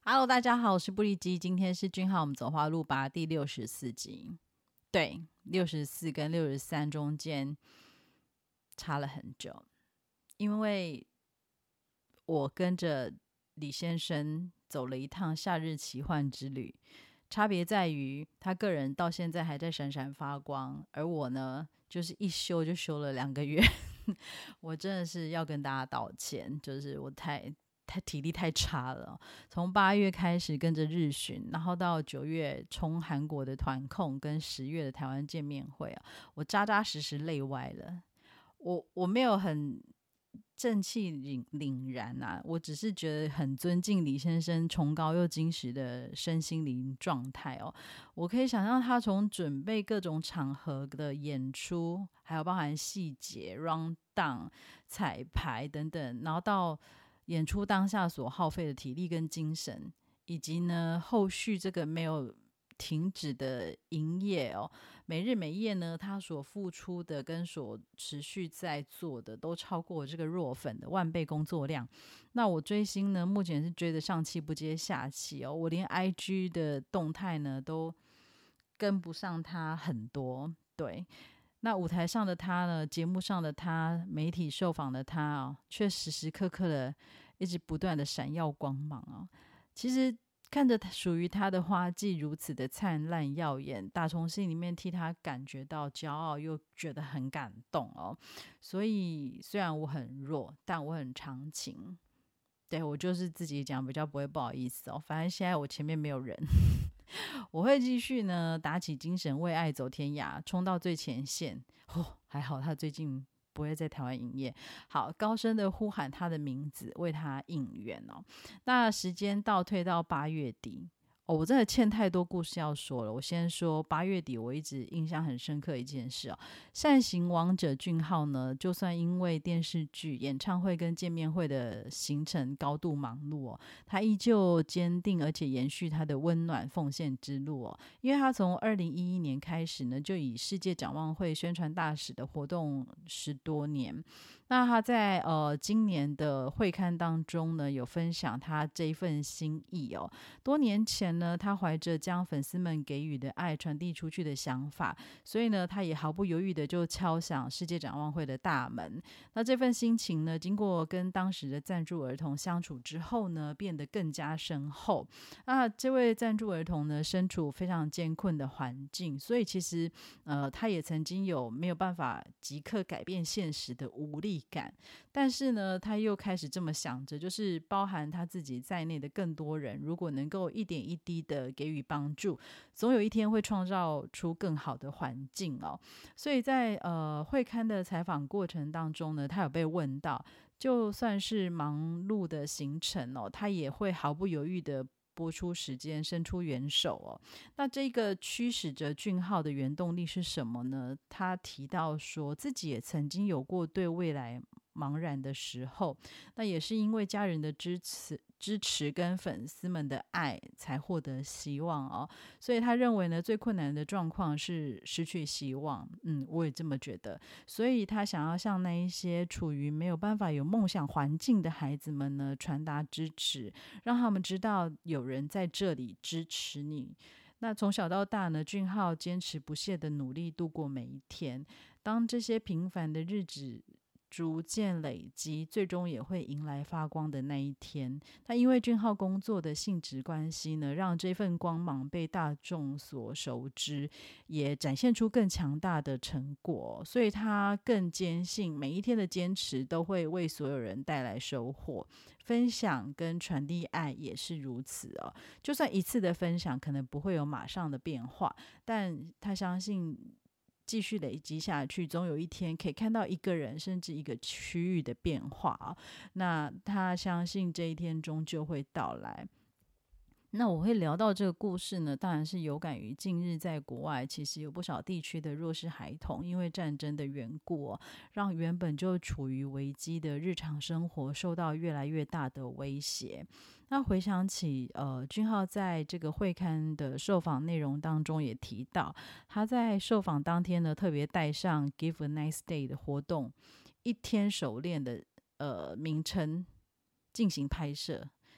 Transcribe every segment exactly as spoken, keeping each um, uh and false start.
Hello，大家好，我是布利基，今天是君浩我们走花路吧第六十四集。对，六十四跟六十三中间差了很久，因为我跟着李先生走了一趟夏日奇幻之旅，差别在于他个人到现在还在闪闪发光，而我呢，就是一休就休了两个月。我真的是要跟大家道歉，就是我太太体力太差了。从八月开始跟着日巡，然后到九月冲韩国的团控，跟十月的台湾见面会啊，我扎扎实实累歪了。我我没有很正气凛凛然啊，我只是觉得很尊敬李先生崇高又精实的身心灵状态哦。我可以想象他从准备各种场合的演出，还有包含细节 round down 彩排等等，然后到演出当下所耗费的体力跟精神，以及呢后续这个没有停止的营业哦，每日每夜呢，他所付出的跟所持续在做的，都超过我这个弱粉的万倍工作量。那我追星呢，目前是追得上气不接下气哦，我连 I G 的动态呢都跟不上他很多。对，那舞台上的他呢，节目上的他，媒体受访的他哦，却时时刻刻的一直不断的闪耀光芒哦。其实看着属于他的花季如此的灿烂耀眼，打从心里面替他感觉到骄傲，又觉得很感动哦。所以虽然我很弱，但我很长情。对，我就是自己讲比较不会不好意思哦，反正现在我前面没有人。我会继续呢打起精神为爱走天涯，冲到最前线。哦，还好他最近不会在台湾营业。好，高声的呼喊他的名字，为他应援哦。那时间倒退到八月底。哦，我真的欠太多故事要说了。我先说八月底，我一直印象很深刻一件事哦。善行王者俊浩呢，就算因为电视剧、演唱会跟见面会的行程高度忙碌哦，他依旧坚定而且延续他的温暖奉献之路哦。因为他从二零一一年开始呢，就以世界展望会宣传大使的活动十多年。那他在呃今年的会刊当中呢，有分享他这一份心意哦。多年前呢，他怀着将粉丝们给予的爱传递出去的想法，所以呢，他也毫不犹豫的就敲响世界展望会的大门。那这份心情呢，经过跟当时的赞助儿童相处之后呢，变得更加深厚。那这位赞助儿童呢，身处非常艰困的环境，所以其实呃，他也曾经有没有办法即刻改变现实的无力感。但是呢，他又开始这么想着，就是包含他自己在内的更多人，如果能够一点一滴的给予帮助，总有一天会创造出更好的环境哦。所以在呃会刊的采访过程当中呢，他有被问到，就算是忙碌的行程哦，他也会毫不犹豫的播出时间，伸出援手哦。那这个驱使着俊浩的原动力是什么呢？他提到说自己也曾经有过对未来茫然的时候，那也是因为家人的支持支持跟粉丝们的爱才获得希望哦。所以他认为呢，最困难的状况是失去希望。嗯，我也这么觉得。所以他想要向那一些处于没有办法有梦想环境的孩子们呢，传达支持，让他们知道有人在这里支持你。那从小到大呢，俊浩坚持不懈的努力度过每一天。当这些平凡的日子逐渐累积，最终也会迎来发光的那一天。那因为俊浩工作的性质关系呢，让这份光芒被大众所熟知，也展现出更强大的成果，所以他更坚信每一天的坚持都会为所有人带来收获。分享跟传递爱也是如此哦。就算一次的分享可能不会有马上的变化，但他相信继续累积下去，总有一天可以看到一个人甚至一个区域的变化啊。那他相信这一天终究会到来。那我会聊到这个故事呢，当然是有感于近日在国外其实有不少地区的弱势孩童因为战争的缘故哦，让原本就处于危机的日常生活受到越来越大的威胁。那回想起呃，俊浩在这个会刊的受访内容当中也提到，他在受访当天呢特别带上 Give a Nice Day 的活动一天手链的呃名称进行拍摄，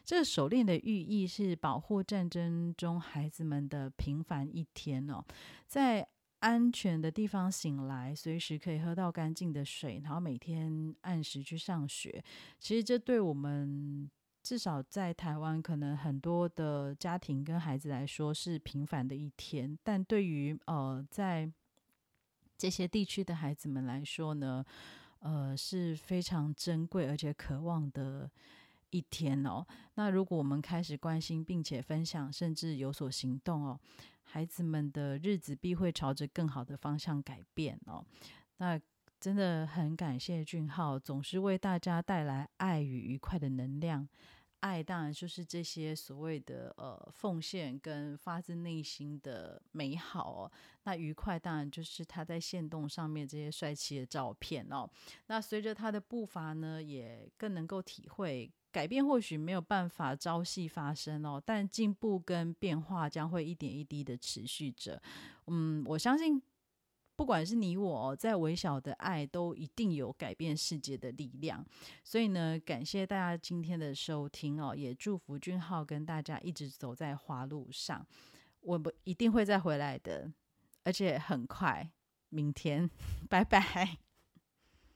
这个手链的寓意是保护战争中孩子们的平凡一天哦，在安全的地方醒来，随时可以喝到干净的水，然后每天按时去上学。其实这对我们至少在台湾，可能很多的家庭跟孩子来说是平凡的一天，但对于呃在这些地区的孩子们来说呢，呃是非常珍贵而且渴望的一天哦。那如果我们开始关心并且分享，甚至有所行动哦，孩子们的日子必会朝着更好的方向改变哦。那真的很感谢俊浩，总是为大家带来爱与愉快的能量。爱当然就是这些所谓的呃奉献跟发自内心的美好哦。那愉快当然就是他在限动上面这些帅气的照片哦。那随着他的步伐呢，也更能够体会改变或许没有办法朝夕发生哦，但进步跟变化将会一点一滴的持续着。嗯，我相信不管是你我，在微小的爱都一定有改变世界的力量。所以呢，感谢大家今天的收听哦，也祝福君浩跟大家一直走在花路上。我一定会再回来的，而且很快，明天，拜拜。